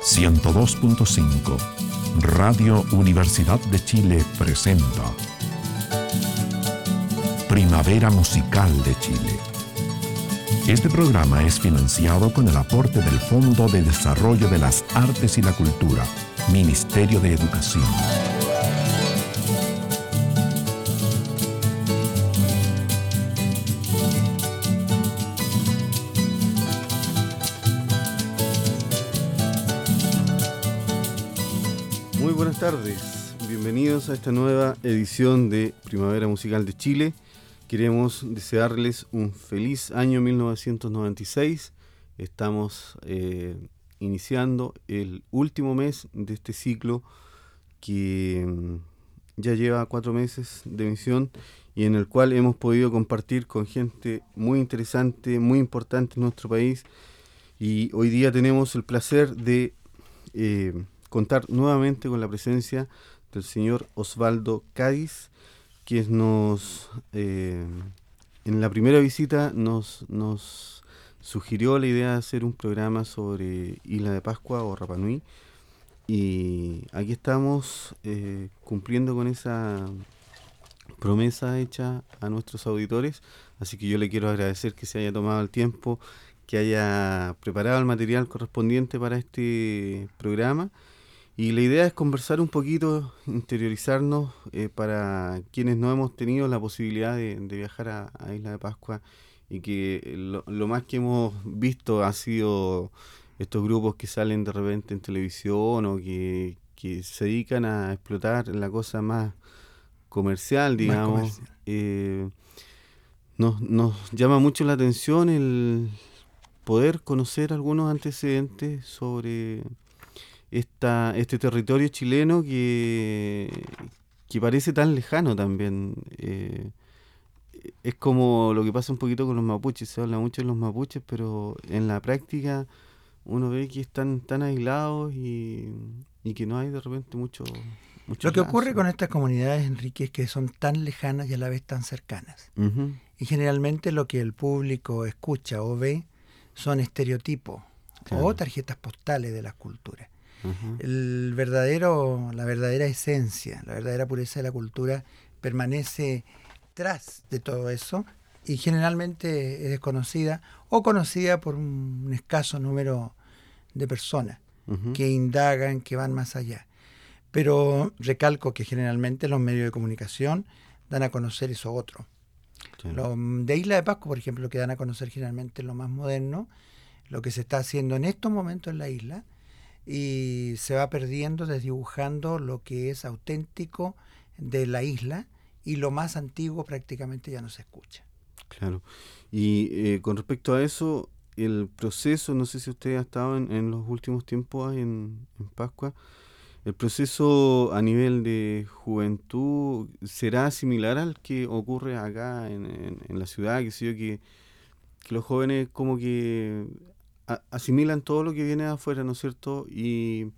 102.5 Radio Universidad de Chile presenta Primavera Musical de Chile. Este programa es financiado con el aporte del Fondo de Desarrollo de las Artes y la Cultura, Ministerio de Educación. Muy buenas tardes, bienvenidos a esta nueva edición de Primavera Musical de Chile. Queremos desearles un feliz año 1996. Estamos iniciando el último mes de este ciclo que ya lleva 4 meses de emisión y en el cual hemos podido compartir con gente muy interesante, muy importante en nuestro país. Y hoy día tenemos el placer de contar nuevamente con la presencia del señor Osvaldo Cádiz, quien en la primera visita nos sugirió la idea de hacer un programa sobre Isla de Pascua o Rapa Nui, y aquí estamos cumpliendo con esa promesa hecha a nuestros auditores, así que yo le quiero agradecer que se haya tomado el tiempo, que haya preparado el material correspondiente para este programa. Y la idea es conversar un poquito, interiorizarnos para quienes no hemos tenido la posibilidad de viajar a Isla de Pascua, y que lo más que hemos visto ha sido estos grupos que salen de repente en televisión o que se dedican a explotar la cosa más comercial, digamos. Nos llama mucho la atención el poder conocer algunos antecedentes sobre este territorio chileno que parece tan lejano también. Es como lo que pasa un poquito con los mapuches. Se habla mucho de los mapuches, pero en la práctica uno ve que están tan aislados y que no hay de repente mucho Lo que ocurre con estas comunidades, Enrique, es que son tan lejanas y a la vez tan cercanas. Uh-huh. Y generalmente lo que el público escucha o ve son estereotipos, claro, o tarjetas postales de las culturas. Uh-huh. La verdadera esencia, la verdadera pureza de la cultura permanece tras de todo eso y generalmente es desconocida o conocida por un escaso número de personas, uh-huh, que indagan, que van más allá. Pero recalco que generalmente los medios de comunicación dan a conocer eso otro. Sí. De Isla de Pascua, por ejemplo, lo que dan a conocer generalmente lo más moderno, lo que se está haciendo en estos momentos en la isla, y se va perdiendo, desdibujando lo que es auténtico de la isla, y lo más antiguo prácticamente ya no se escucha. Claro. Y con respecto a eso, el proceso, no sé si usted ha estado en los últimos tiempos en Pascua, el proceso a nivel de juventud, ¿será similar al que ocurre acá en la ciudad? Que sé yo, que los jóvenes como que asimilan todo lo que viene de afuera, ¿no es cierto? Y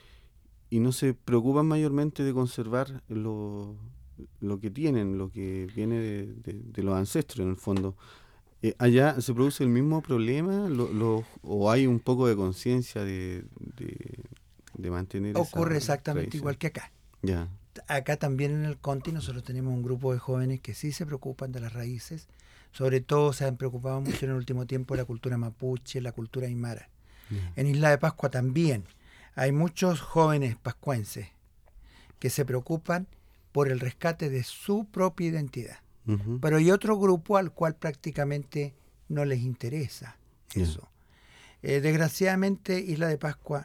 no se preocupan mayormente de conservar lo que tienen, lo que viene de los ancestros, en el fondo. ¿Allá se produce el mismo problema o hay un poco de conciencia de mantener esa Ocurre exactamente tradición? igual que acá. Ya. Acá también en el Conti nosotros tenemos un grupo de jóvenes que sí se preocupan de las raíces. Sobre todo se han preocupado mucho en el último tiempo de la cultura mapuche, la cultura aymara. En Isla de Pascua también hay muchos jóvenes pascuenses que se preocupan por el rescate de su propia identidad. Uh-huh. Pero hay otro grupo al cual prácticamente no les interesa eso. Desgraciadamente Isla de Pascua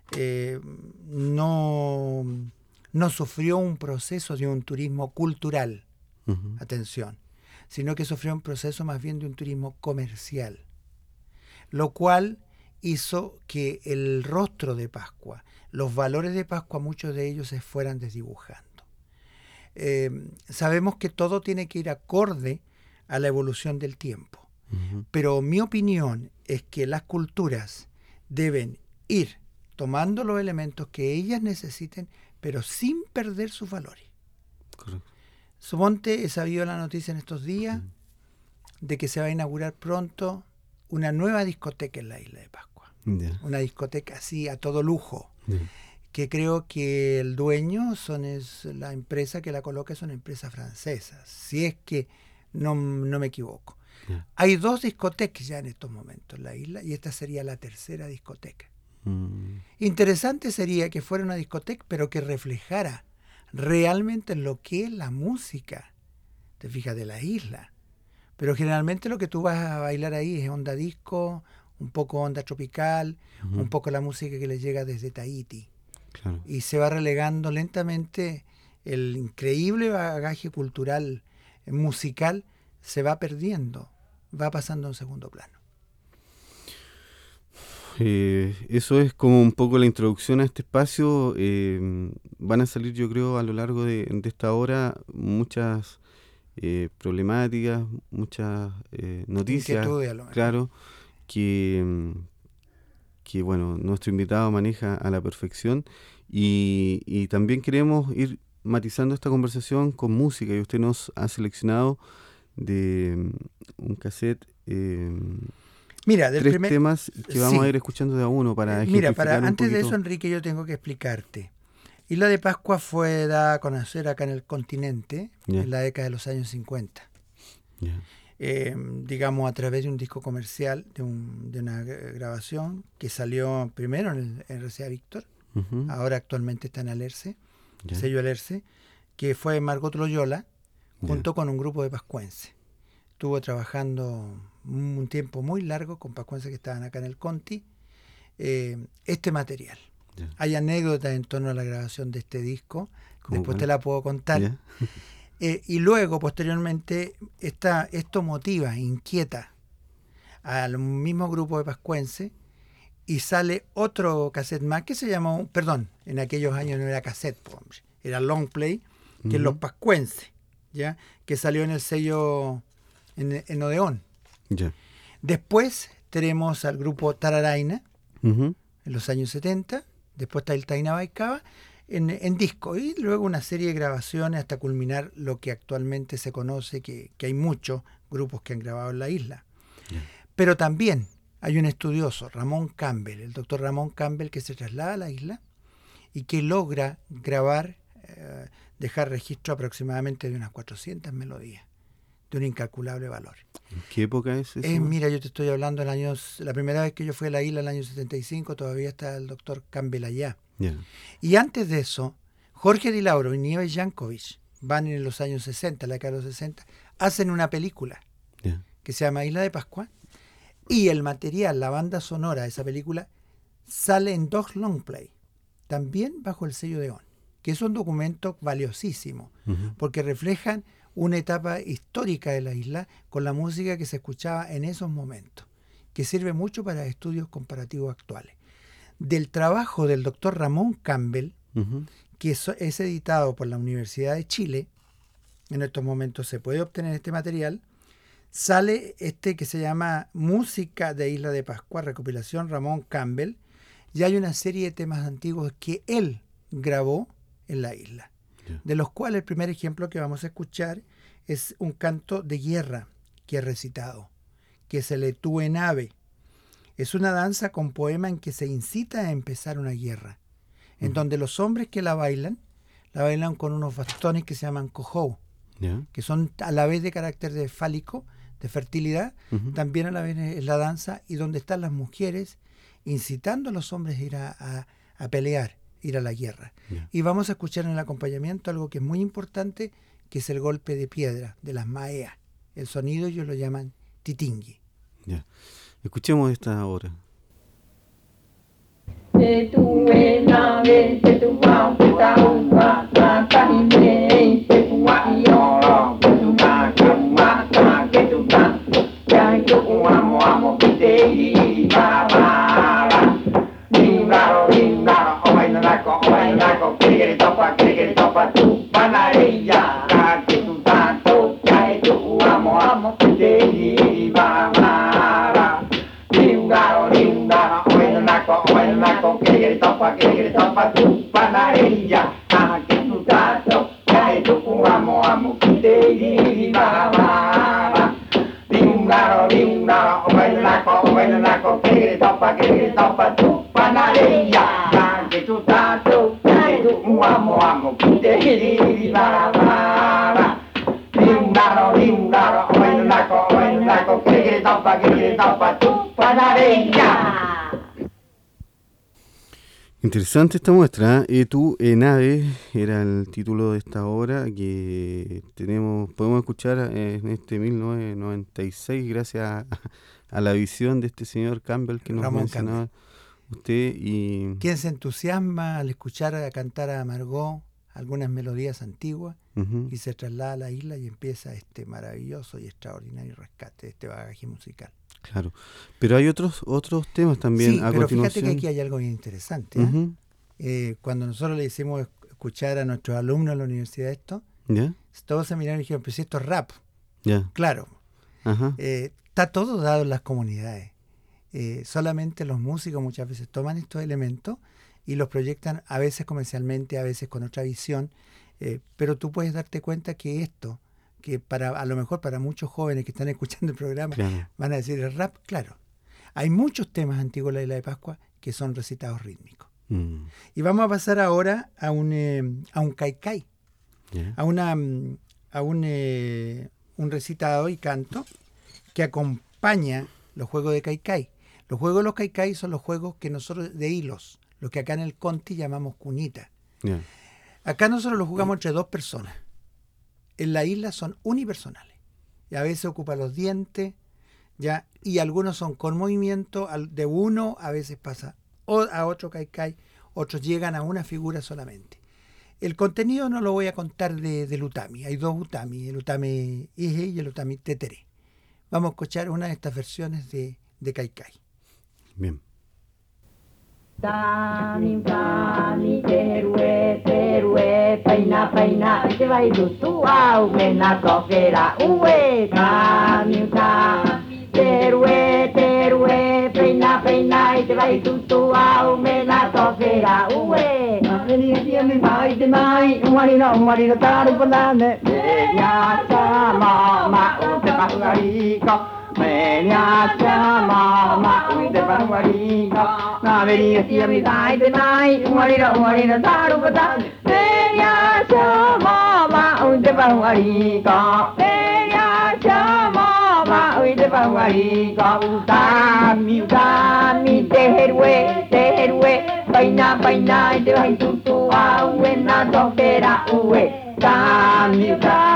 no sufrió un proceso de un turismo cultural, uh-huh, atención, sino que sufrió un proceso más bien de un turismo comercial, lo cual hizo que el rostro de Pascua, los valores de Pascua, muchos de ellos se fueran desdibujando. Sabemos que todo tiene que ir acorde a la evolución del tiempo, uh-huh, pero mi opinión es que las culturas deben ir tomando los elementos que ellas necesiten, pero sin perder sus valores. Correcto. Suponte, he sabido la noticia en estos días, uh-huh, de que se va a inaugurar pronto una nueva discoteca en la Isla de Pascua. una discoteca así a todo lujo, que creo que el dueño es la empresa que la coloca, es una empresa francesa, si es que no me equivoco. Hay 2 discotecas ya en estos momentos en la isla y esta sería la tercera discoteca. Interesante sería que fuera una discoteca, pero que reflejara realmente lo que es la música, te fijas, de la isla. Pero generalmente lo que tú vas a bailar ahí es onda disco, un poco onda tropical, un poco la música que les llega desde Tahití. Claro. Y se va relegando lentamente el increíble bagaje cultural, musical, se va perdiendo, va pasando a un segundo plano. Eso es como un poco la introducción a este espacio. Van a salir, yo creo, a lo largo de esta hora muchas problemáticas, muchas noticias, claro, que bueno, nuestro invitado maneja a la perfección y también queremos ir matizando esta conversación con música, y usted nos ha seleccionado de un cassette mira, 3 temas que vamos a ir escuchando de a uno para ejemplificar antes de eso, Enrique, yo tengo que explicarte. Isla de Pascua fue dada a conocer acá en el continente en la década de los años 50. Digamos, a través de un disco comercial, de una grabación que salió primero en el RCA Víctor, ahora actualmente está en Alerce, sello Alerce, que fue Margot Loyola, junto con un grupo de pascuenses. Estuvo trabajando un tiempo muy largo con pascuenses que estaban acá en el Conti, este material. Hay anécdotas en torno a la grabación de este disco, después te la puedo contar. Y luego, posteriormente, esto motiva, inquieta al mismo grupo de pascuenses y sale otro cassette más que se llamó, en aquellos años no era cassette, era long play, que es Los Pascuenses, ¿ya? Que salió en el sello en Odeón. Después tenemos al grupo Tararaina, en los años 70, después está el Taina Baikaba, en disco, y luego una serie de grabaciones hasta culminar lo que actualmente se conoce, que hay muchos grupos que han grabado en la isla. Pero también hay un estudioso, Ramón Campbell, el doctor Ramón Campbell, que se traslada a la isla y que logra grabar, dejar registro aproximadamente de unas 400 melodías, de un incalculable valor. ¿En qué época es eso? Mira, yo te estoy hablando la primera vez que yo fui a la isla, en el año 75, todavía está el doctor Campbell allá. Y antes de eso, Jorge Di Lauro y Nieves Jankovic van en los años 60, la década de los 60, hacen una película que se llama Isla de Pascua, y el material, la banda sonora de esa película, sale en 2 long play, también bajo el sello de ON, que es un documento valiosísimo, porque reflejan una etapa histórica de la isla con la música que se escuchaba en esos momentos, que sirve mucho para estudios comparativos actuales. Del trabajo del doctor Ramón Campbell, que es editado por la Universidad de Chile, en estos momentos se puede obtener este material, sale este que se llama Música de Isla de Pascua, recopilación Ramón Campbell, y hay una serie de temas antiguos que él grabó en la isla, de los cuales el primer ejemplo que vamos a escuchar es un canto de guerra que he recitado, que es el Etú en Ave. Es una danza con poema en que se incita a empezar una guerra, en donde los hombres que la bailan con unos bastones que se llaman cojou, que son a la vez de carácter de fálico, de fertilidad, también a la vez es la danza, y donde están las mujeres incitando a los hombres a ir a pelear, ir a la guerra. Y vamos a escuchar en el acompañamiento algo que es muy importante, que es el golpe de piedra de las maeas. El sonido ellos lo llaman titingui. Escuchemos esta ahora. Topa pa que tapa tu panadería, que tu tato, que tu amo, que te para. Lindaro, oinaco, que tapa tu panadería. Interesante esta muestra. Tu nave era el título de esta obra que podemos escuchar en este 1996 gracias a la visión de este señor Campbell que nos Ramón mencionaba usted. Y quien se entusiasma al escuchar a cantar a Margot algunas melodías antiguas y se traslada a la isla y empieza este maravilloso y extraordinario rescate de este bagaje musical. Claro, pero hay otros temas también. Sí, a pero continuación. fíjate que aquí hay algo bien interesante. Cuando nosotros le hicimos escuchar a nuestros alumnos de la universidad esto, ¿Ya? todos se miraron y dijeron, pero si esto es rap. Ya. Claro, Ajá. está todo dado en las comunidades. Solamente los músicos muchas veces toman estos elementos y los proyectan a veces comercialmente, a veces con otra visión, pero tú puedes darte cuenta que esto, que a lo mejor para muchos jóvenes que están escuchando el programa, Claro. van a decir el rap, claro. Hay muchos temas antiguos de la Isla de Pascua que son recitados rítmicos. Y vamos a pasar ahora a un caicay, Yeah. a un recitado y canto que acompaña los juegos de caicay. Los juegos de los caicay son los juegos que nosotros de hilos, los que acá en el Conti llamamos cunita. Yeah. Acá nosotros los jugamos entre dos personas. En la isla son unipersonales. Y a veces ocupa los dientes, ¿ya? Y algunos son con movimiento de uno, a veces pasa a otro caicay, otros llegan a una figura solamente. El contenido no lo voy a contar del utami. Hay dos utami, el utami ije y el utami tetere. Vamos a escuchar una de estas versiones de caicay. Bien. Tani, terue, peina, te va a ir tu aumena, tofera, ue, tani, terue, peina, te va a ir tu aumena, tofera, ue. Mai, marino, taru panane, ya sama, te pagarico. Menia chama, uite panuarica, na veria sia mi dai de mai, marino, taru panane, menia chama, uite panuarica, menia chama, uite panuarica, utami, terue, paina, te vai tutu auena tofera ue, utami,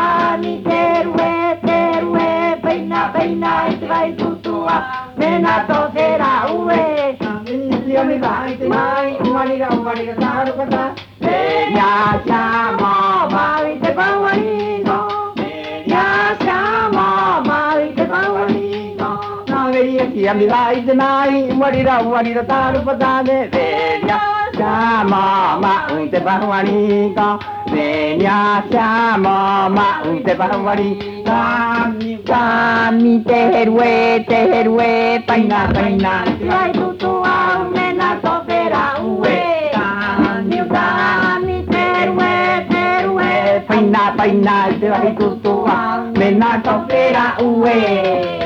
terue, peina, te vai tutu auena tofera ue, mai, marino, taru panane, menia chama, uite panuarica, menia chama, uite panuarica, na veria sia mi dai de mai, marino, taru panane, menia chama, uite panuarica, menia chama, uite panuarica, kami terue, paina, te vai tutu aumena tofera ue, kami terue, paina, te vai tutu aumena tofera ue.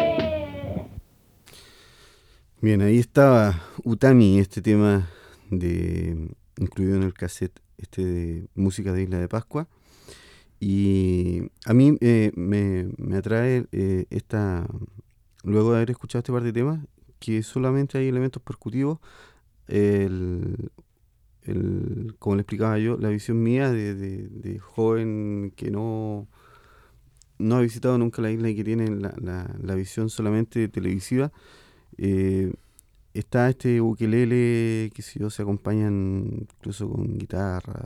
Bien, ahí estaba Utami, este tema incluido en el cassette de música de Isla de Pascua. Y a mí me atrae luego de haber escuchado este par de temas, que solamente hay elementos percutivos. Como le explicaba yo, la visión mía de joven que no ha visitado nunca la isla y que tiene la visión solamente televisiva, está este ukelele que se acompañan incluso con guitarra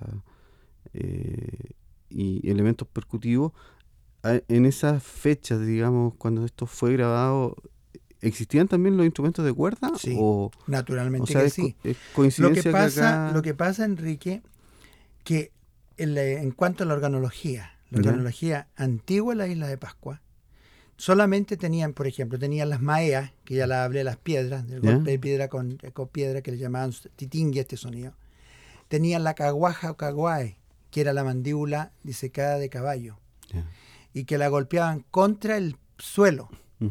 y elementos percutivos. En esas fechas, digamos, cuando esto fue grabado, ¿existían también los instrumentos de cuerda? Sí, o naturalmente sea, que es sí. Es coincidencia Lo que pasa, Enrique, que en cuanto a la organología antigua de la Isla de Pascua, solamente tenían, por ejemplo, las maeas, que ya la hablé, las piedras, del golpe de piedra con piedra, que le llamaban titingui este sonido. Tenían la caguaja o caguae, que era la mandíbula disecada de caballo, y que la golpeaban contra el suelo.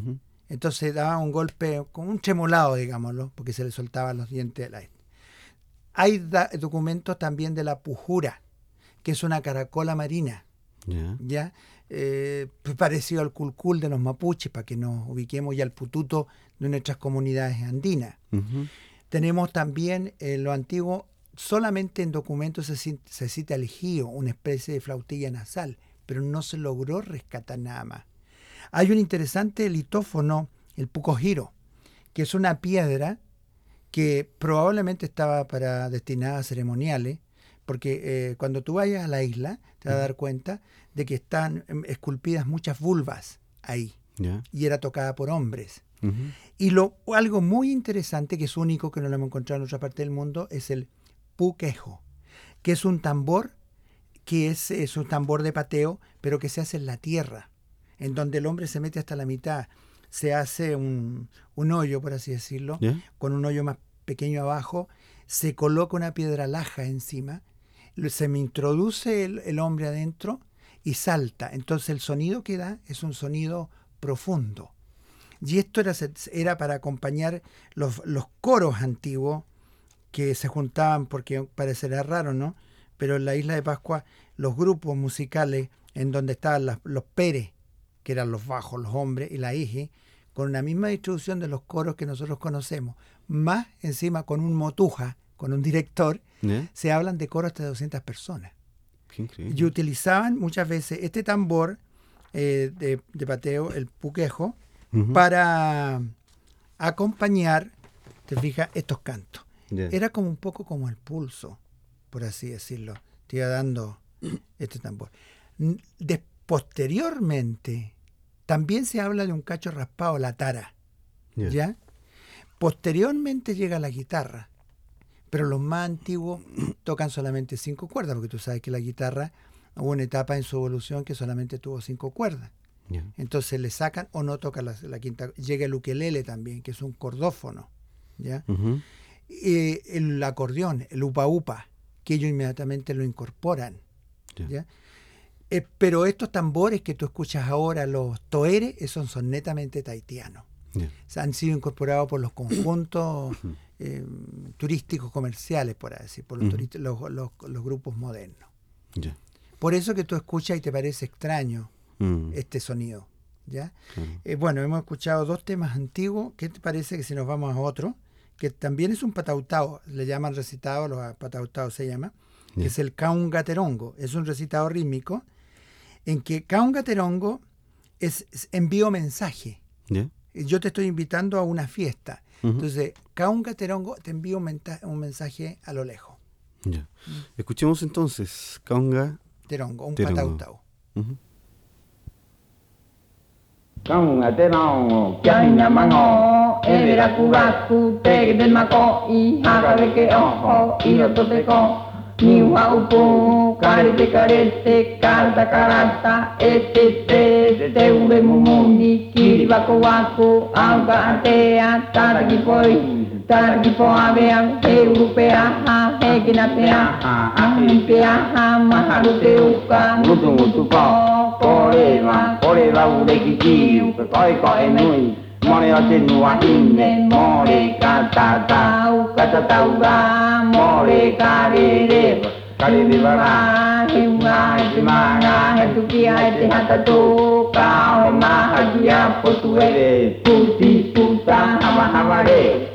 Entonces daba un golpe, como un tremolado, digámoslo, porque se le soltaban los dientes al aire. Hay documentos también de la pujura, que es una caracola marina, ¿ya? Parecido al culcul de los mapuches, para que nos ubiquemos, y al pututo de nuestras comunidades andinas. Tenemos también lo antiguo, solamente en documentos se cita el gío, una especie de flautilla nasal, pero no se logró rescatar nada más. Hay un interesante litófono, el pucojiro, que es una piedra que probablemente estaba destinada a ceremoniales, porque cuando tú vayas a la isla te vas a dar cuenta de que están esculpidas muchas vulvas ahí, y era tocada por hombres. Y algo muy interesante, que es único, que no lo hemos encontrado en otra parte del mundo, es el puquejo, que es un tambor, que es un tambor de pateo, pero que se hace en la tierra, en donde el hombre se mete hasta la mitad. Se hace un hoyo, por así decirlo, con un hoyo más pequeño abajo, se coloca una piedra laja encima, se me introduce el hombre adentro y salta. Entonces el sonido que da es un sonido profundo. Y esto era para acompañar los coros antiguos que se juntaban, porque parecerá raro, ¿no? Pero en la isla de Pascua, los grupos musicales, en donde estaban los peres, que eran los bajos, los hombres, y la ije, con la misma distribución de los coros que nosotros conocemos, más encima con un motuja, con un director, se hablan de coros hasta de 200 personas. Qué increíble. Y utilizaban muchas veces este tambor de pateo, el puquejo, para acompañar, te fijas, estos cantos. Era como un poco como el pulso, por así decirlo. Te iba dando este tambor. Posteriormente, también se habla de un cacho raspado, la tara. ¿Ya? Posteriormente llega la guitarra, pero los más antiguos tocan solamente 5 cuerdas, porque tú sabes que la guitarra hubo una etapa en su evolución que solamente tuvo 5 cuerdas. Entonces le sacan o no toca la quinta. Llega el ukelele también, que es un cordófono. ¿Ya? El acordeón, el upa upa, que ellos inmediatamente lo incorporan. ¿Ya? Pero estos tambores que tú escuchas ahora, los toeres, esos son netamente tahitianos. Han sido incorporados por los conjuntos turísticos comerciales, por así decir, por los grupos modernos. Por eso que tú escuchas y te parece extraño este sonido. ¿Ya? Bueno, hemos escuchado 2 temas antiguos. ¿Qué te parece que si nos vamos a otro? Que también es un patautao, le llaman recitado, los patautaos se llama, que es el caungaterongo. Es un recitado rítmico en que caungaterongo es envío mensaje. Yo te estoy invitando a una fiesta. Entonces, caungaterongo, te envío un mensaje a lo lejos. Escuchemos entonces caungaterongo, un patautao. Caungaterongo, kiahina mango, evera kuraku, teg del mako, y hakabeke ojo, y ototeko. Niwa upo, karete karete, karta karata, te ube mumundi, kiribako waku, auga atea, tarakipo avean, europea, heginapea, ahempea, maharute uka, mutuko, koreba urekichi, koi nui. More atenua hine, more katatau, katatauga, more karere bara, himaga, hetukia, hatatu, kao, mahagia, potuere, puta, havare.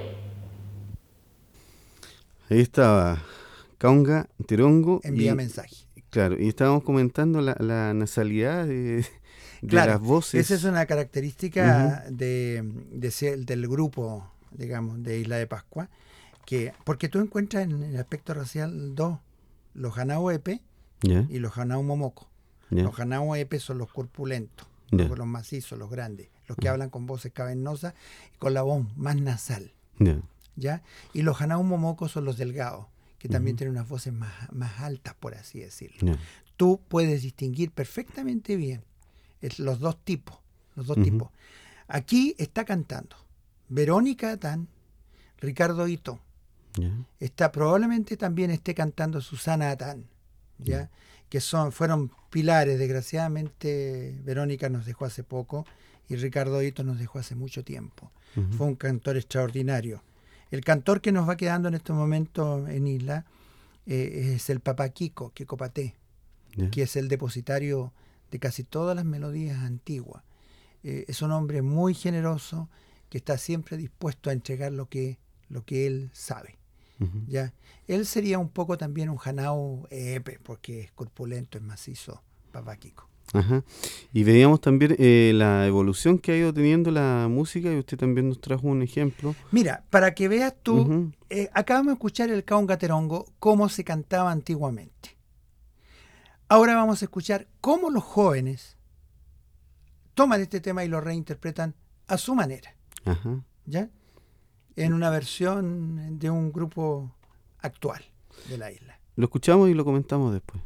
Ahí estaba caungaterongo. Envía mensaje. Claro, y estábamos comentando la nasalidad de las voces. Esa es una característica del grupo, digamos, de Isla de Pascua, porque tú encuentras en el aspecto racial los Hanau Epe y los Hanau Momoko. Los Hanau Epe son los corpulentos, los macizos, los grandes, los que hablan con voces cavernosas y con la voz más nasal. ¿Ya? Y los Hanau Momoko son los delgados, que también tienen unas voces más altas, por así decirlo. Tú puedes distinguir perfectamente bien los dos tipos. Aquí está cantando Verónica Atán, Ricardo Ito. Probablemente también esté cantando Susana Atán, que fueron pilares. Desgraciadamente Verónica nos dejó hace poco y Ricardo Hito nos dejó hace mucho tiempo. Ujú. Fue un cantor extraordinario. El cantor que nos va quedando en este momento en Isla es el papá Kiko Paté, Ya. que es el depositario de casi todas las melodías antiguas. Es un hombre muy generoso que está siempre dispuesto a entregar lo que él sabe. Ujú. ¿Ya? Él sería un poco también un Janao Epe, porque es corpulento, es macizo, papá Kiko. Ajá. Y veíamos también la evolución que ha ido teniendo la música, y usted también nos trajo un ejemplo. Mira, para que veas tú, Ujú. acabamos de escuchar el Caungaterongo, cómo se cantaba antiguamente. Ahora vamos a escuchar cómo los jóvenes toman este tema y lo reinterpretan a su manera, Ajá. ¿ya? En una versión de un grupo actual de la isla. Lo escuchamos y lo comentamos después.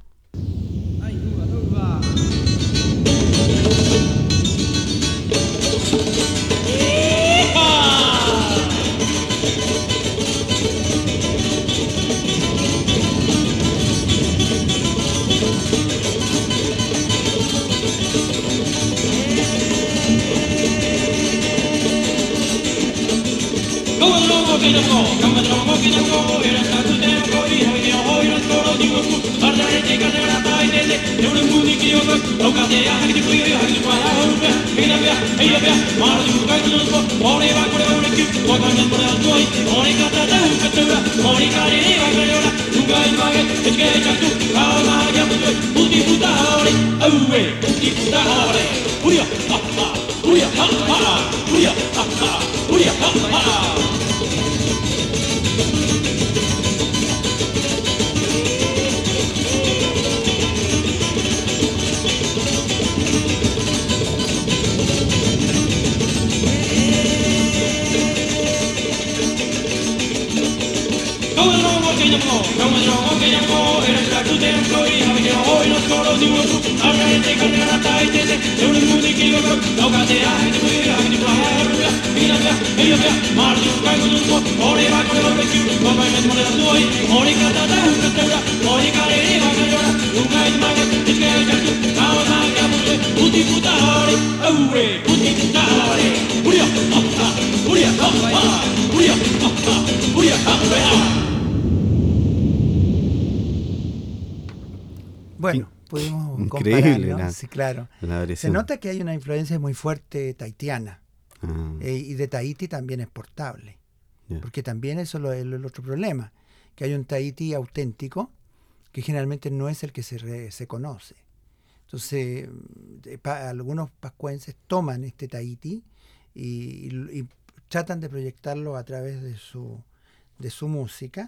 Bueno, pudimos Increíble compararlo. Sí, claro. la Se variación. nota que hay una influencia muy fuerte tahitiana. Ah, Y de Tahiti también exportable. ya. Porque también eso es el otro problema, que hay un Tahiti auténtico que generalmente no es el que se conoce. Entonces, algunos pascuenses toman este Tahiti y tratan de proyectarlo a través de su música,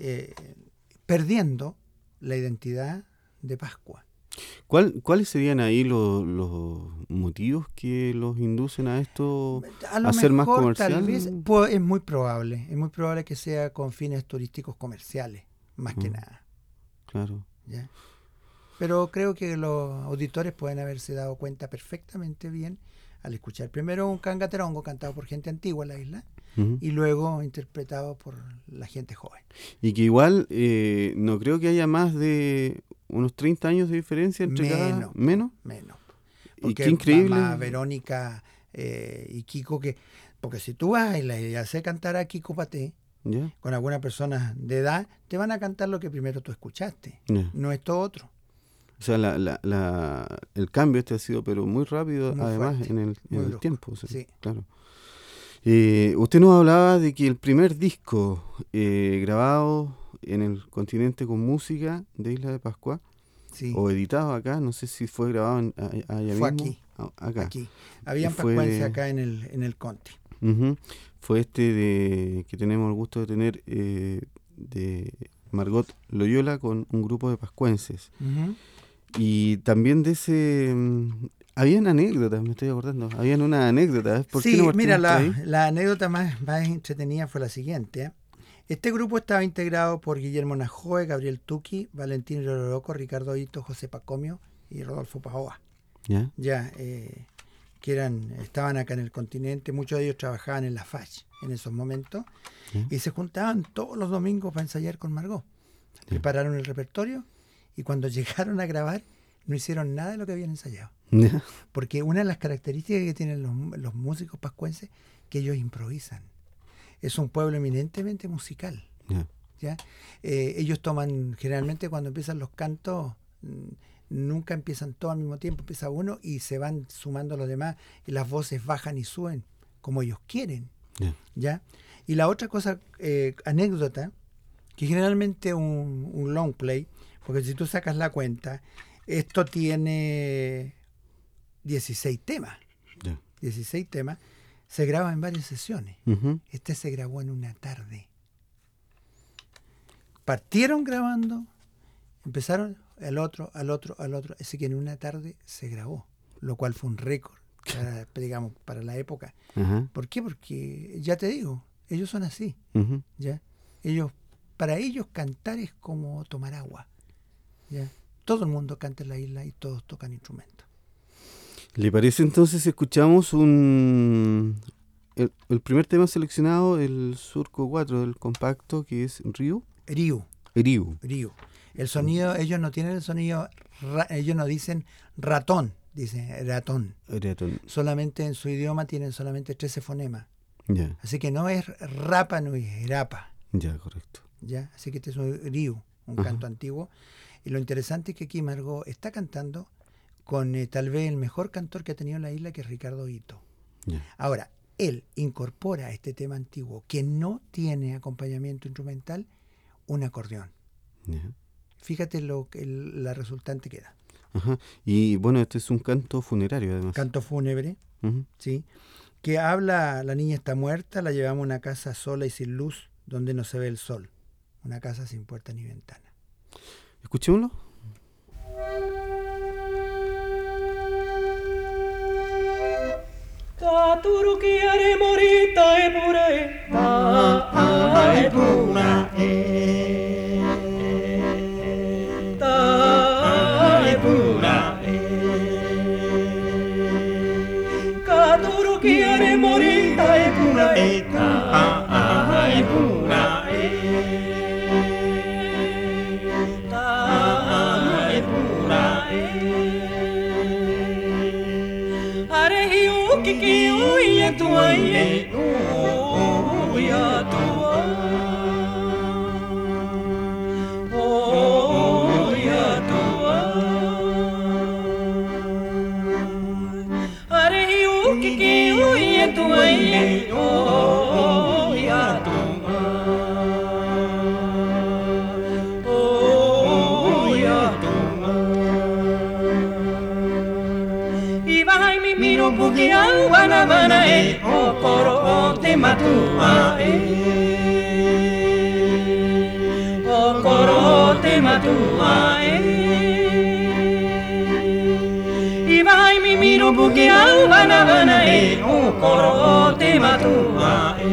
perdiendo la identidad de Pascua. ¿Cuáles serían ahí los motivos que los inducen a esto A lo a ser más mejor, comercial? tal vez, es muy probable que sea con fines turísticos comerciales, más que nada. Claro. ¿Ya? Pero creo que los auditores pueden haberse dado cuenta perfectamente bien al escuchar primero un cangaterongo cantado por gente antigua en la isla Ujú. y luego interpretado por la gente joven. Y que igual no creo que haya más de unos 30 años de diferencia entre cada... ¿Menos? Menos. Y Porque qué increíble. mamá, Verónica y Kiko, porque si tú vas y haces cantar a Kiko Paté ¿Ya? con alguna persona de edad, te van a cantar lo que primero tú escuchaste, Ya. no esto otro. O sea, el cambio ha sido pero muy rápido, Muy además, fuerte, en muy el brusco, tiempo. O sea, sí. Claro. Usted nos hablaba de que el primer disco grabado en el continente con música de Isla de Pascua, Sí. o editado acá, no sé si fue grabado allá Fue mismo. aquí. Acá. Aquí. Habían fue pascuenses de- acá en el Conti. Ujú. Fue que tenemos el gusto de tener de Margot Loyola con un grupo de pascuenses. Ujú. Y también de ese... habían anécdotas, me estoy acordando. Habían una anécdota. ¿Por qué Sí, no partimos mira, por ahí? la anécdota más entretenida fue la siguiente. ¿Eh? Este grupo estaba integrado por Guillermo Najoe, Gabriel Tuqui, Valentín Rororoco, Ricardo Hito, José Pacomio y Rodolfo Paoa. ¿Ya? Ya, que estaban acá en el continente, muchos de ellos trabajaban en la FACH en esos momentos, y se juntaban todos los domingos para ensayar con Margot. Prepararon el repertorio y cuando llegaron a grabar no hicieron nada de lo que habían ensayado. Ya. Porque una de las características que tienen los músicos pascuenses, que ellos improvisan. Es un pueblo eminentemente musical. Ya. ¿Ya? Ellos toman, generalmente cuando empiezan los cantos, nunca empiezan todos al mismo tiempo, empieza uno y se van sumando los demás y las voces bajan y suben como ellos quieren. Ya. ¿Ya? Y la otra cosa, anécdota, que generalmente un long play, porque si tú sacas la cuenta, esto tiene 16 temas. Ya. 16 temas, se graba en varias sesiones. Ujú. Este se grabó en una tarde. Partieron grabando, empezaron al otro, así que en una tarde se grabó, lo cual fue un récord, digamos, para la época. Ajá. ¿Por qué? Porque, ya te digo, ellos son así, Ujú. ¿ya? Para ellos cantar es como tomar agua, ¿ya? Todo el mundo canta en la isla y todos tocan instrumentos. ¿Le parece entonces si escuchamos el primer tema seleccionado, el Surco 4 del compacto, que es Ryu? Riu. El sonido, ellos no tienen el sonido, ellos no dicen ratón, dicen ratón. Ratón. Solamente en su idioma tienen solamente 13 fonemas. Ya, Así que no es rapa, no es rapa. ya, correcto. ¿Ya? Así que este es un riu, un Ajá. canto antiguo. Y lo interesante es que aquí Margot está cantando con tal vez el mejor cantor que ha tenido la isla, que es Ricardo Hito. Ya. Ahora, él incorpora a este tema antiguo que no tiene acompañamiento instrumental, un acordeón. Ya. Fíjate la resultante que da. Ajá. Y bueno, este es un canto funerario además. Canto fúnebre, Ujú. ¿sí? Que habla, la niña está muerta, la llevamos a una casa sola y sin luz, donde no se ve el sol. Una casa sin puerta ni ventana. Escuchémoslo. Taturukiare morita e pure ta e puna e ta e puna e Taturukiare morita e puna e ta e puna e ta e puna e Are hiu kiki uye tua ye uya tua uya tua Are hiu kiki uye tua ye uya tua uya tua Ibai mi miro puki au vana e o koro o te matua e o koro o te matua e Ibai mi miro puki au vana e o koro o te matua e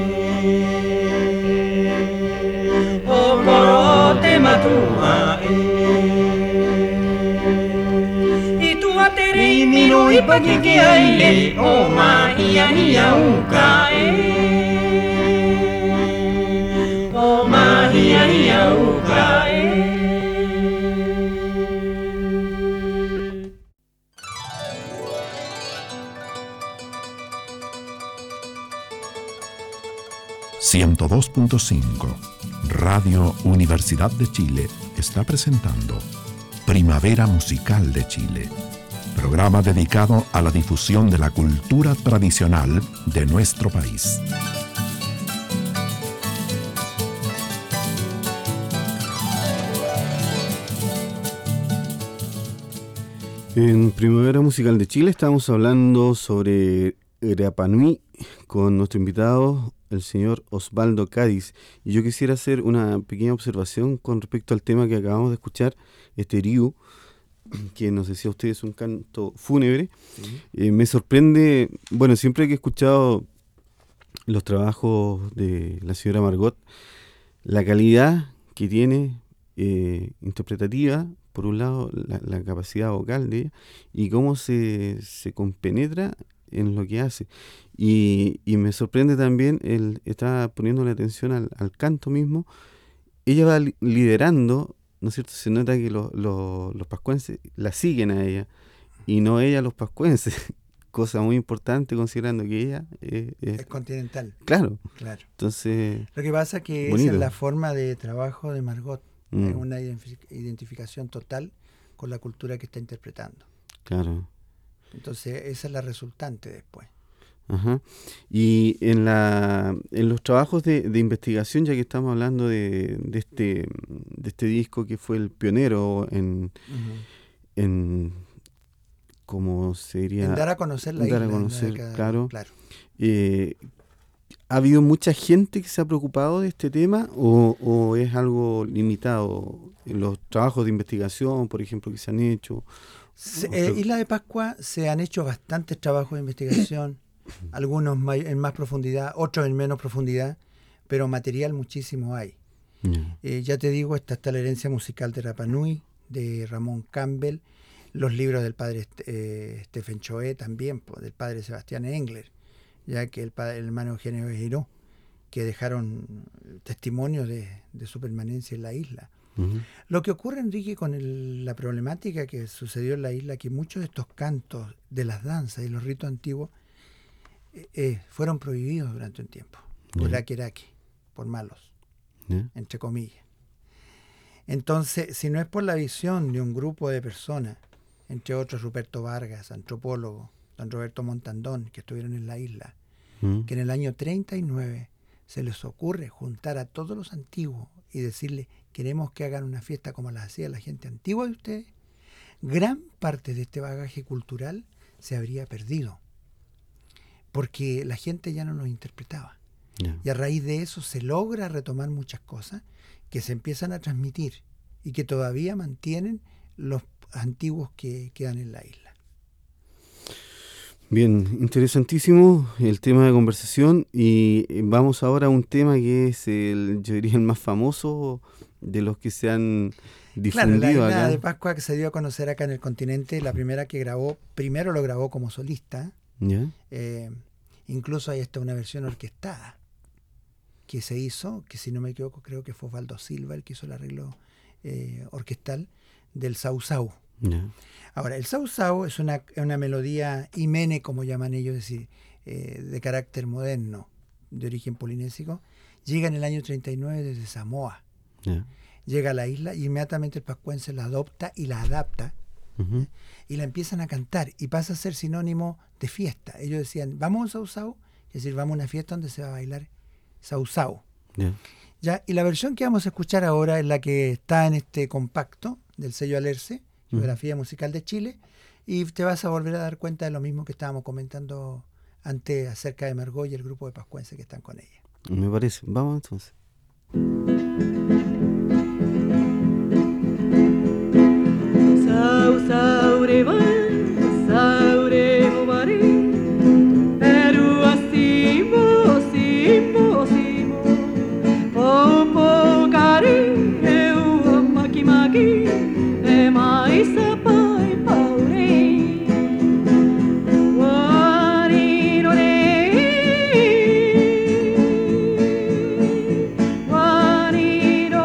o koro o te matua e Terei miro i pakiki ai e o mahia ia uka e o mahia ia uka e 102.5 Radio Universidad de Chile está presentando Primavera Musical de Chile, programa dedicado a la difusión de la cultura tradicional de nuestro país. En Primavera Musical de Chile estamos hablando sobre Rapa Nui con nuestro invitado, el señor Osvaldo Cádiz. Y yo quisiera hacer una pequeña observación con respecto al tema que acabamos de escuchar, este Riu, que nos decía usted es un canto fúnebre. Sí. Me sorprende, bueno, siempre que he escuchado los trabajos de la señora Margot, la calidad que tiene interpretativa, por un lado la capacidad vocal de ella y cómo se compenetra en lo que hace. Y me sorprende también, está poniendo la atención al canto mismo. Ella va liderando ¿no es cierto? Se nota que los pascuenses la siguen a ella y no ella a los pascuenses, cosa muy importante considerando que ella Es continental. Claro, Claro. entonces, Lo que pasa es que bonito. esa es la forma de trabajo de Margot, Mm. es una identificación total con la cultura que está interpretando. claro. Entonces esa es la resultante después. Ajá. Y en los trabajos de investigación, ya que estamos hablando de este disco que fue el pionero en ¿cómo se diría? En dar a conocer la Dar a isla. conocer, claro. Claro. ¿Ha habido mucha gente que se ha preocupado de este tema o es algo limitado en los trabajos de investigación, por ejemplo, que se han hecho? Isla de Pascua se han hecho bastantes trabajos de investigación, algunos en más profundidad, otros en menos profundidad, pero material muchísimo hay. Ya te digo, está la herencia musical de Rapa Nui, de Ramón Campbell, los libros del padre Stephen Choe también, del padre Sebastián Engler, ya que el hermano Eugenio Giró, que dejaron testimonio de su permanencia en la isla. Uh-huh. Lo que ocurre, Enrique, con la problemática que sucedió en la isla, que muchos de estos cantos de las danzas y los ritos antiguos fueron prohibidos durante un tiempo, por Akerake, por malos, entre comillas. Entonces, si no es por la visión de un grupo de personas, entre otros Ruperto Vargas, antropólogo, don Roberto Montandón, que estuvieron en la isla, que en el año 39 se les ocurre juntar a todos los antiguos y decirles, queremos que hagan una fiesta como la hacía la gente antigua de ustedes, gran parte de este bagaje cultural se habría perdido, porque la gente ya no los interpretaba. Y a raíz de eso se logra retomar muchas cosas que se empiezan a transmitir y que todavía mantienen los antiguos que quedan en la isla. Bien, interesantísimo el tema de conversación y vamos ahora a un tema que es yo diría el más famoso de los que se han difundido. Claro, la Isla acá. de Pascua, que se dio a conocer acá en el continente, la primera que grabó, primero lo grabó como solista, ¿Ya? incluso hay hasta una versión orquestada que se hizo, que si no me equivoco creo que fue Osvaldo Silva el que hizo el arreglo orquestal del Sau Sau. ¿Ya? Ahora, el Sau Sau es una melodía himene, como llaman ellos, es decir, de carácter moderno, de origen polinésico. Llega en el año 39 desde Samoa. ¿Ya? Llega a la isla y inmediatamente el pascuense la adopta y la adapta, Uh-huh. y la empiezan a cantar y pasa a ser sinónimo de fiesta. Ellos decían, vamos a un Sau Sau, es decir, vamos a una fiesta donde se va a bailar Sau Sau. ¿Ya? ¿Ya? Y la versión que vamos a escuchar ahora es la que está en este compacto del sello Alerce, Geografía Musical de Chile, y te vas a volver a dar cuenta de lo mismo que estábamos comentando antes acerca de Margot y el grupo de pascuenses que están con ella. Me parece. Vamos entonces. Sau saure ba, saure mubari, eru asimo, simo, simo, popo kari, eu maki maki, e mai sapai pauri, wari no re, wari no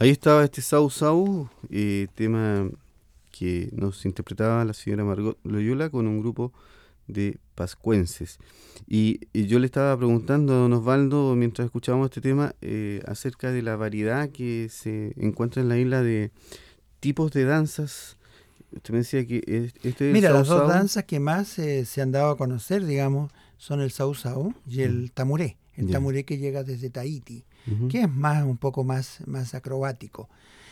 Ahí estaba este Sau Sau, tema que nos interpretaba la señora Margot Loyola con un grupo de pascuenses. Y yo le estaba preguntando a don Osvaldo, mientras escuchábamos este tema, acerca de la variedad que se encuentra en la isla de tipos de danzas. Usted me decía que Mira, las dos danzas que más se han dado a conocer, digamos, son el Sau Sau y el tamuré. El tamuré que llega desde Tahití, que es un poco más acrobático.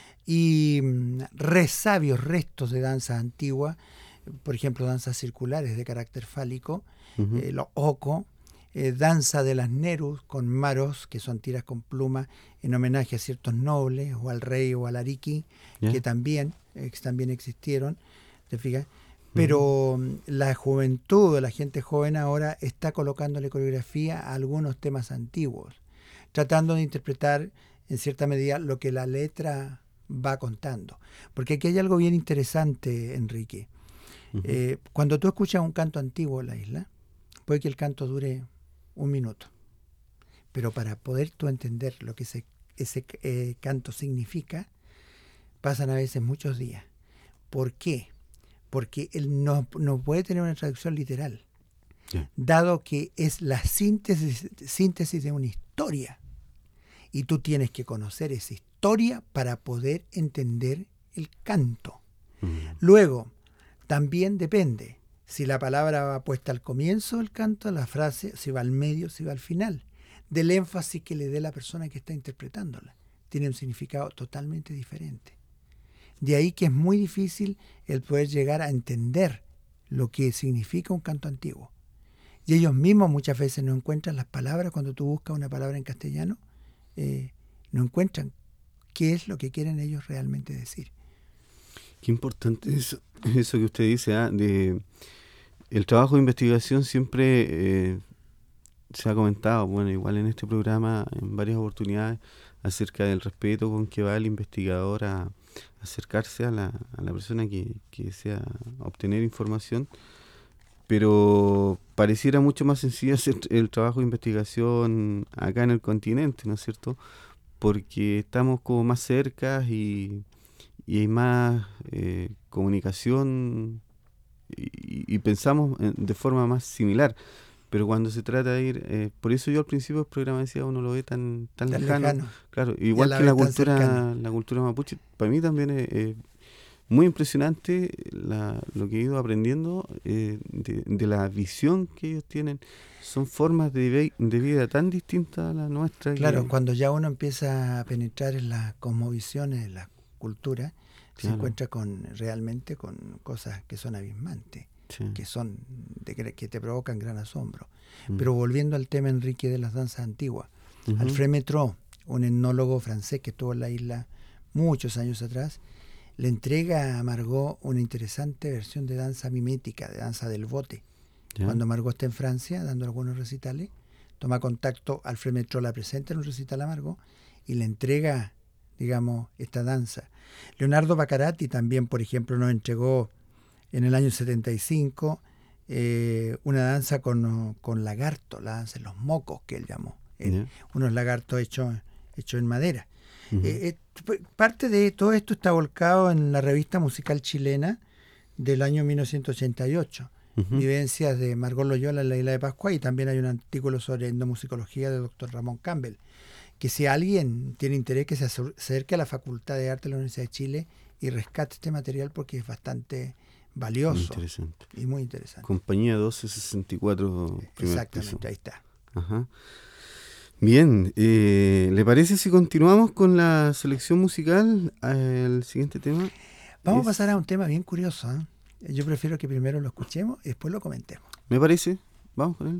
Y resabios restos de danzas antiguas, por ejemplo, danzas circulares de carácter fálico, los oko, danza de las nerus con maros, que son tiras con pluma en homenaje a ciertos nobles, o al rey o al ariki, que también existieron, ¿te fijas? Pero la juventud, la gente joven ahora está colocándole coreografía a algunos temas antiguos, tratando de interpretar en cierta medida lo que la letra va contando. Porque aquí hay algo bien interesante, Enrique. Cuando tú escuchas un canto antiguo en la isla, puede que el canto dure 1 minuto. Pero para poder tú entender lo que ese canto significa, pasan a veces muchos días. ¿Por qué? Porque él no puede tener una traducción literal, dado que es la síntesis de una historia. Y tú tienes que conocer esa historia para poder entender el canto. Luego, también depende si la palabra va puesta al comienzo del canto, la frase, si va al medio, si va al final, del énfasis que le dé la persona que está interpretándola. Tiene un significado totalmente diferente. De ahí que es muy difícil el poder llegar a entender lo que significa un canto antiguo. Y ellos mismos muchas veces no encuentran las palabras. Cuando tú buscas una palabra en castellano, no encuentran qué es lo que quieren ellos realmente decir. Qué importante eso que usted dice, de el trabajo de investigación siempre se ha comentado, bueno, igual en este programa en varias oportunidades, acerca del respeto con que va el investigador a acercarse a la persona que desea obtener información, pero pareciera mucho más sencillo hacer el trabajo de investigación acá en el continente, ¿no es cierto? Porque estamos como más cerca y hay más comunicación y pensamos de forma más similar. Pero cuando se trata de ir, por eso yo al principio del programa decía, uno lo ve tan lejano. Claro, igual que la cultura mapuche, para mí también es muy impresionante lo que he ido aprendiendo de la visión que ellos tienen. Son formas de vida tan distintas a la nuestra. Claro, cuando ya uno empieza a penetrar en las cosmovisiones, en la cultura, se encuentra realmente con cosas que son abismantes. Que son que te provocan gran asombro. Pero volviendo al tema, Enrique, de las danzas antiguas, Alfred Métraux, un etnólogo francés que estuvo en la isla muchos años atrás, le entrega a Margot una interesante versión de danza mimética, de danza del bote. Cuando Margot está en Francia dando algunos recitales, toma contacto, Alfred Métraux la presenta en un recital a Margot y le entrega, digamos, esta danza. Leonardo Baccarati también, por ejemplo, nos entregó en el año 75 una danza con lagarto, la danza de los mocos que él llamó, unos lagartos hechos en madera. Parte de todo esto está volcado en la revista musical chilena del año 1988, Vivencias de Margot Loyola en la isla de Pascua, y también hay un artículo sobre etnomusicología del doctor Ramón Campbell, que si alguien tiene interés, que se acerque a la Facultad de Arte de la Universidad de Chile y rescate este material, porque es bastante valioso y muy interesante. Compañía 1264. Exactamente, ahí está. Ajá. Bien, ¿le parece si continuamos con la selección musical al siguiente tema? Vamos a pasar a un tema bien curioso, ¿eh? Yo prefiero que primero lo escuchemos y después lo comentemos. Me parece, vamos con él.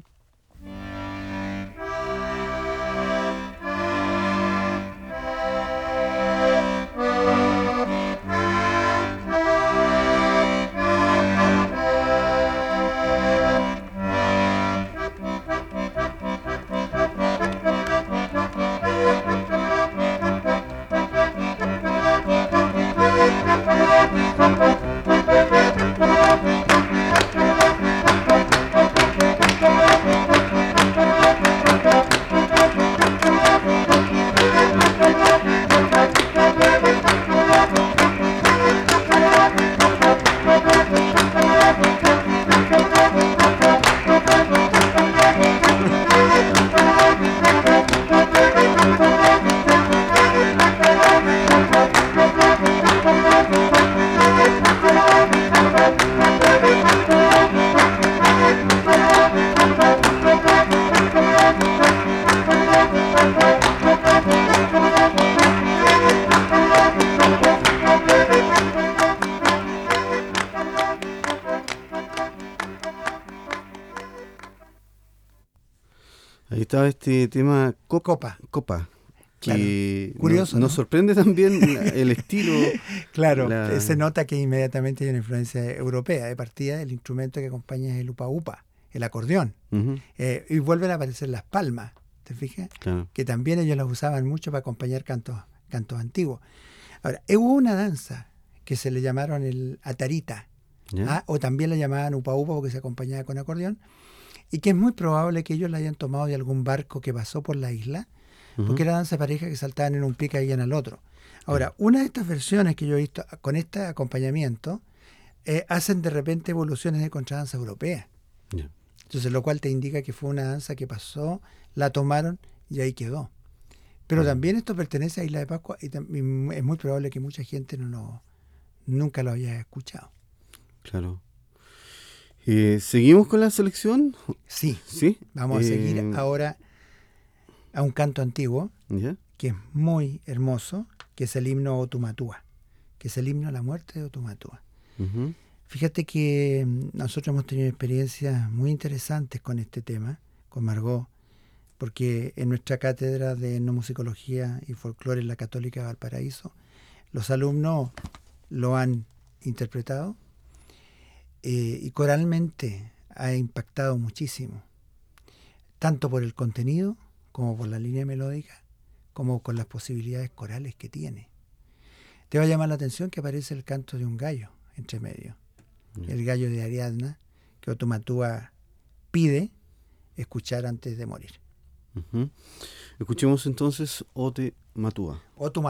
estaba este tema Copa. Que claro. Curioso, nos sorprende también el estilo. Claro, se nota que inmediatamente hay una influencia europea. De partida, el instrumento que acompaña es el upa, el acordeón. Uh-huh. Y vuelven a aparecer las palmas, ¿te fijas? Claro. Que también ellos las usaban mucho para acompañar cantos antiguos. Ahora, hubo una danza que se le llamaron el atarita, o también la llamaban upa porque se acompañaba con acordeón, y que es muy probable que ellos la hayan tomado de algún barco que pasó por la isla, porque era danza de pareja que saltaban en un pie y caían al otro. Ahora, una de estas versiones que yo he visto con este acompañamiento hacen de repente evoluciones de contradanza europea. Entonces, lo cual te indica que fue una danza que pasó, la tomaron y ahí quedó. Pero también esto pertenece a Isla de Pascua y es muy probable que mucha gente nunca lo haya escuchado. Claro. ¿Seguimos con la selección? Sí. ¿Sí? Vamos a seguir ahora a un canto antiguo que es muy hermoso, que es el himno Otumatúa, que es el himno a la muerte de Otumatúa. Uh-huh. Fíjate que nosotros hemos tenido experiencias muy interesantes con este tema, con Margot, porque en nuestra cátedra de etnomusicología y folclore en la Católica de Valparaíso, los alumnos lo han interpretado y coralmente ha impactado muchísimo, tanto por el contenido como por la línea melódica, como con las posibilidades corales que tiene. Te va a llamar la atención que aparece el canto de un gallo entre medio, el gallo de Ariadna, que Otumatúa pide escuchar antes de morir. Uh-huh. Escuchemos entonces Otumatúa.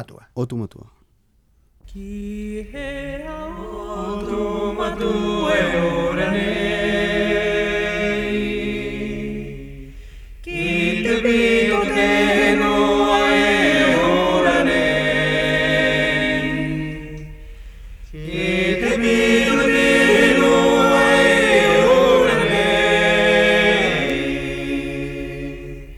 Kihea Otumatúa eoranei, ki te pito te noa eoranei, ki te pito te noa eoranei,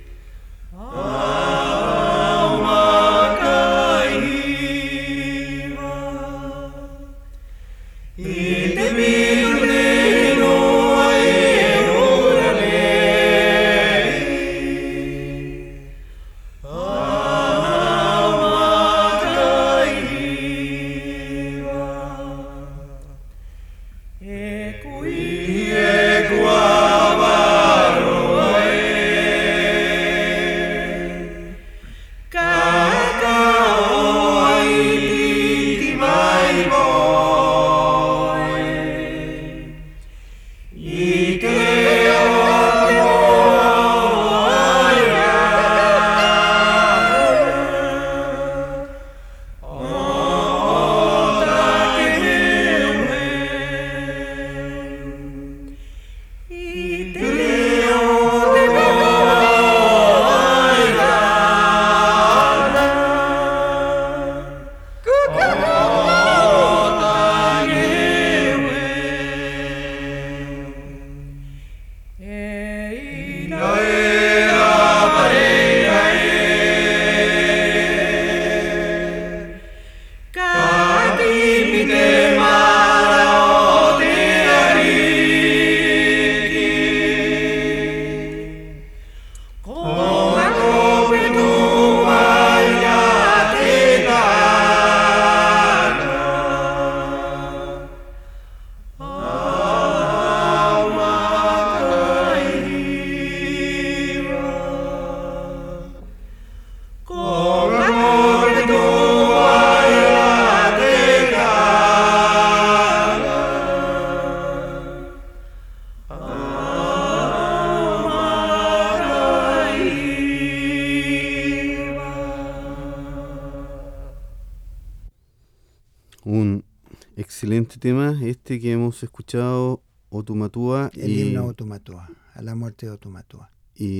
Un excelente tema este que hemos escuchado, Otumatúa. El himno Otumatúa, a la muerte de Otumatúa.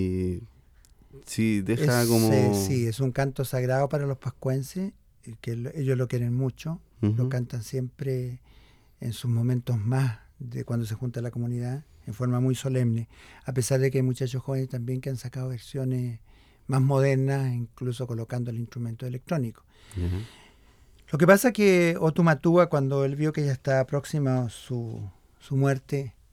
Y sí, deja como... Sí, es un canto sagrado para los pascuenses, que ellos lo quieren mucho, lo cantan siempre en sus momentos más de cuando se junta la comunidad, en forma muy solemne, a pesar de que hay muchachos jóvenes también que han sacado versiones más modernas, incluso colocando el instrumento electrónico. Uh-huh. Lo que pasa es que Otumatúa, cuando él vio que ya estaba próxima su muerte,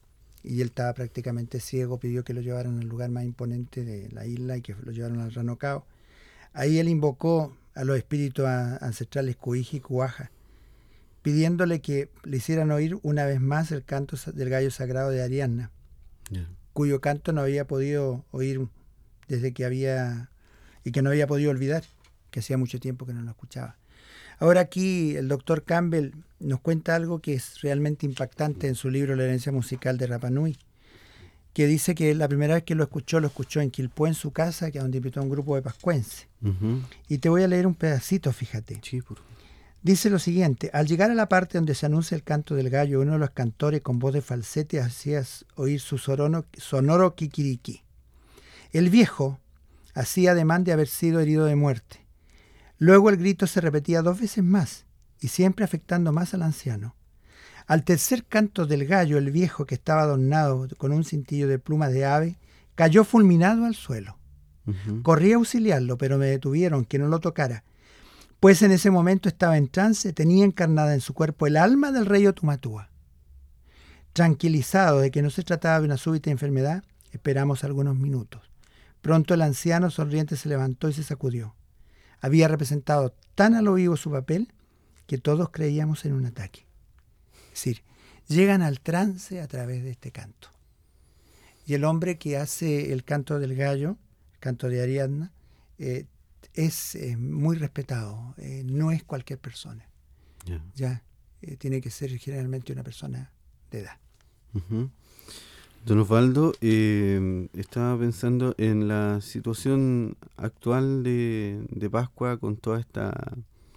y él estaba prácticamente ciego, pidió que lo llevaran al lugar más imponente de la isla y que lo llevaran al Ranocao. Ahí él invocó a los espíritus ancestrales Cuiji y Cuaja, pidiéndole que le hicieran oír una vez más el canto del gallo sagrado de Ariadna, cuyo canto no había podido oír desde que había, y que no había podido olvidar, que hacía mucho tiempo que no lo escuchaba. Ahora aquí el doctor Campbell nos cuenta algo que es realmente impactante en su libro La herencia musical de Rapa Nui, que dice que la primera vez que lo escuchó en Quilpué, en su casa, que es donde invitó a un grupo de pascuenses. Y te voy a leer un pedacito, fíjate. Sí, por favor. Dice lo siguiente: al llegar a la parte donde se anuncia el canto del gallo, uno de los cantores con voz de falsete hacía oír su sonoro kikiriki. El viejo hacía ademán de haber sido herido de muerte. Luego el grito se repetía 2 veces más, y siempre afectando más al anciano. Al tercer canto del gallo, el viejo, que estaba adornado con un cintillo de plumas de ave, cayó fulminado al suelo. Corrí a auxiliarlo, pero me detuvieron que no lo tocara, pues en ese momento estaba en trance, tenía encarnada en su cuerpo el alma del rey Otumatúa. Tranquilizado de que no se trataba de una súbita enfermedad, esperamos algunos minutos. Pronto el anciano sonriente se levantó y se sacudió. Había representado tan a lo vivo su papel que todos creíamos en un ataque. Es decir, llegan al trance a través de este canto. Y el hombre que hace el canto del gallo, el canto de Ariadna, es muy respetado, no es cualquier persona. Tiene que ser generalmente una persona de edad. Don Osvaldo, estaba pensando en la situación actual de Pascua con toda esta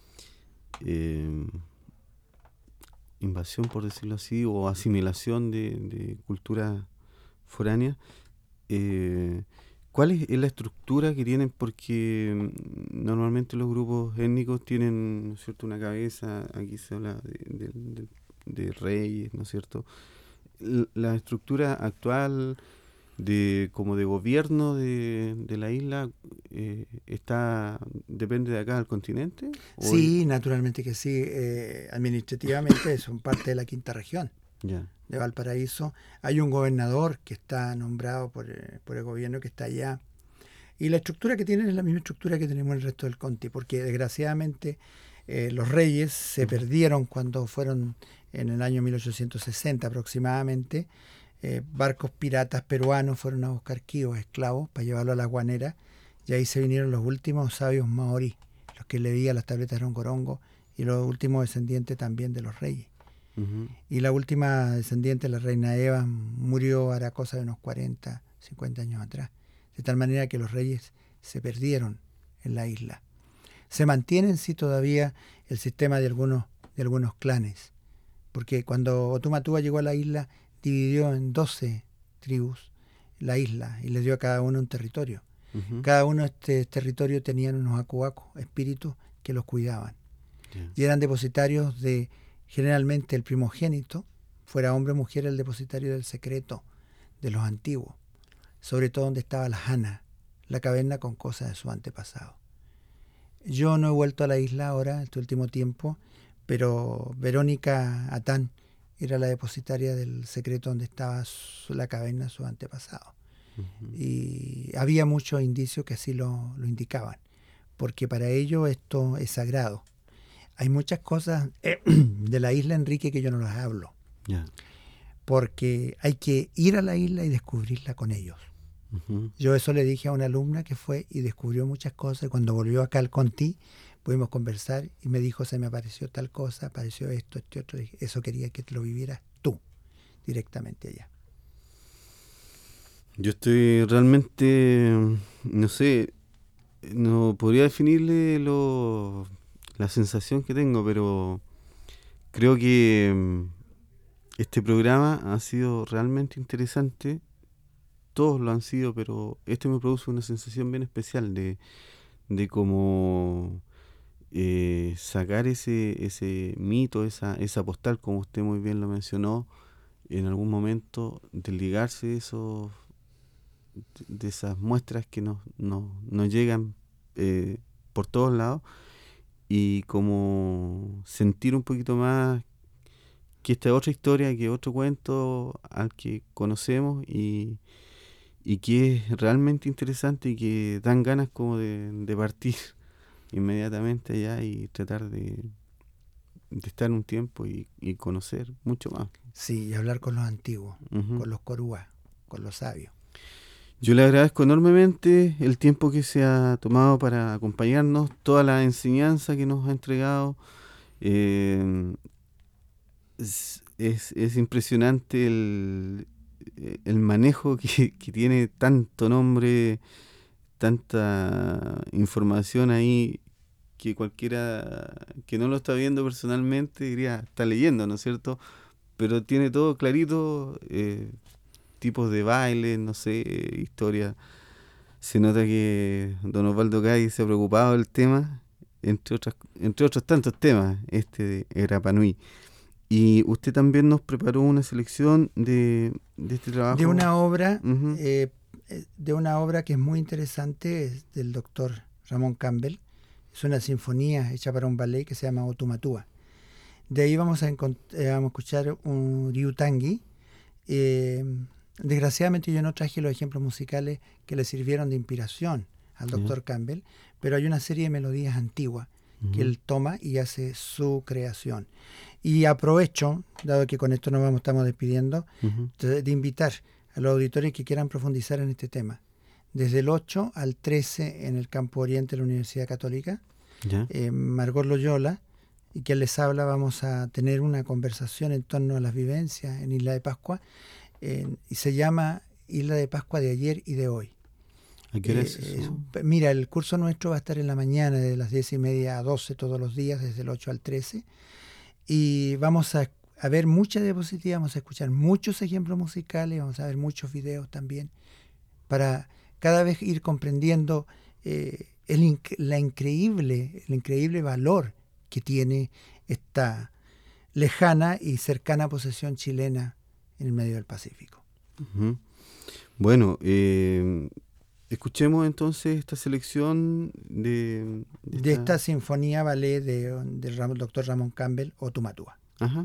invasión, por decirlo así, o asimilación de cultura foránea. ¿Cuál es la estructura que tienen? Porque normalmente los grupos étnicos tienen, ¿no es cierto?, una cabeza. Aquí se habla de reyes, ¿no es cierto? La estructura actual como de gobierno de la isla depende de acá del continente. Sí, naturalmente que sí. Administrativamente son parte de la quinta región de Valparaíso. Hay un gobernador que está nombrado por el gobierno que está allá. Y la estructura que tienen es la misma estructura que tenemos el resto del Conti, porque desgraciadamente los reyes se perdieron cuando fueron en el año 1860 aproximadamente. Barcos piratas peruanos fueron a buscar quíos, esclavos, para llevarlo a la Guanera, y ahí se vinieron los últimos sabios maorí, los que leían las tabletas de Rongorongo, y los últimos descendientes también de los reyes. Y la última descendiente, la reina Eva, murió hará cosa de unos 40, 50 años atrás, de tal manera que los reyes se perdieron en la isla. Se mantiene en sí todavía el sistema de algunos clanes, porque cuando Otumatúa llegó a la isla, dividió en 12 tribus la isla y le dio a cada uno un territorio. Cada uno de este territorio tenían unos acuacos, espíritus que los cuidaban. Y eran depositarios de, generalmente, el primogénito, fuera hombre o mujer, el depositario del secreto de los antiguos, sobre todo donde estaba la Jana, la caverna con cosas de su antepasado. Yo no he vuelto a la isla ahora, este último tiempo, pero Verónica Atán era la depositaria del secreto donde estaba la caverna de sus antepasados. Y había muchos indicios que así lo indicaban, porque para ellos esto es sagrado. Hay muchas cosas de la isla, Enrique, que yo no las hablo, porque hay que ir a la isla y descubrirla con ellos. Yo eso le dije a una alumna que fue y descubrió muchas cosas, y cuando volvió acá al Conti pudimos conversar y me dijo: se me apareció tal cosa, apareció esto, este otro. Eso quería que lo vivieras tú directamente allá. Yo estoy realmente, no sé, no podría definirle la sensación que tengo, pero creo que este programa ha sido realmente interesante. Todos lo han sido, pero este me produce una sensación bien especial de cómo sacar ese mito, esa postal, como usted muy bien lo mencionó, en algún momento, desligarse de esas muestras que nos llegan por todos lados, y como sentir un poquito más que esta otra historia, que otro cuento al que conocemos y que es realmente interesante y que dan ganas como de partir inmediatamente allá y tratar de estar un tiempo y conocer mucho más. Sí, y hablar con los antiguos, Ujú. con los coruás, con los sabios. Yo le agradezco enormemente el tiempo que se ha tomado para acompañarnos, toda la enseñanza que nos ha entregado. Eh, es impresionante el manejo que tiene tanto nombre, tanta información ahí, que cualquiera que no lo está viendo personalmente diría, está leyendo, ¿no es cierto? Pero tiene todo clarito, tipos de baile, no sé, historia. Se nota que don Osvaldo Cádiz se ha preocupado del tema, entre otros tantos temas, de Rapa Nui. Y usted también nos preparó una selección de este trabajo. De una obra, Ujú. de una obra que es muy interesante, es del doctor Ramón Campbell. Es una sinfonía hecha para un ballet que se llama Otumatúa. De ahí vamos a escuchar un Ryutangi. Desgraciadamente yo no traje los ejemplos musicales que le sirvieron de inspiración al doctor Campbell, pero hay una serie de melodías antiguas que él toma y hace su creación. Y aprovecho, dado que con esto nos estamos despidiendo, de invitar a los auditores que quieran profundizar en este tema. Desde el 8 al 13 en el Campo Oriente de la Universidad Católica, ¿Ya? Margot Loyola, y quien les habla, vamos a tener una conversación en torno a las vivencias en Isla de Pascua, y se llama Isla de Pascua de ayer y de hoy. ¿A qué hora es eso? Mira, el curso nuestro va a estar en la mañana de las 10:30 a 12 todos los días, desde el 8 al 13, y vamos a ver muchas diapositivas, vamos a escuchar muchos ejemplos musicales, vamos a ver muchos videos también, para cada vez ir comprendiendo el increíble valor que tiene esta lejana y cercana posesión chilena en el medio del Pacífico. Ujú. Bueno, escuchemos entonces esta selección de esta sinfonía ballet del doctor Ramón Campbell, Otumatúa. Ajá.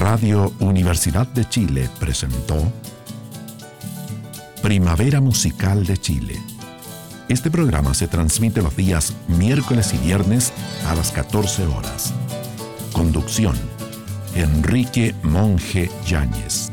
Radio Universidad de Chile presentó Primavera Musical de Chile. Este programa se transmite los días miércoles y viernes a las 14 horas. Conducción: Enrique Monge Yáñez.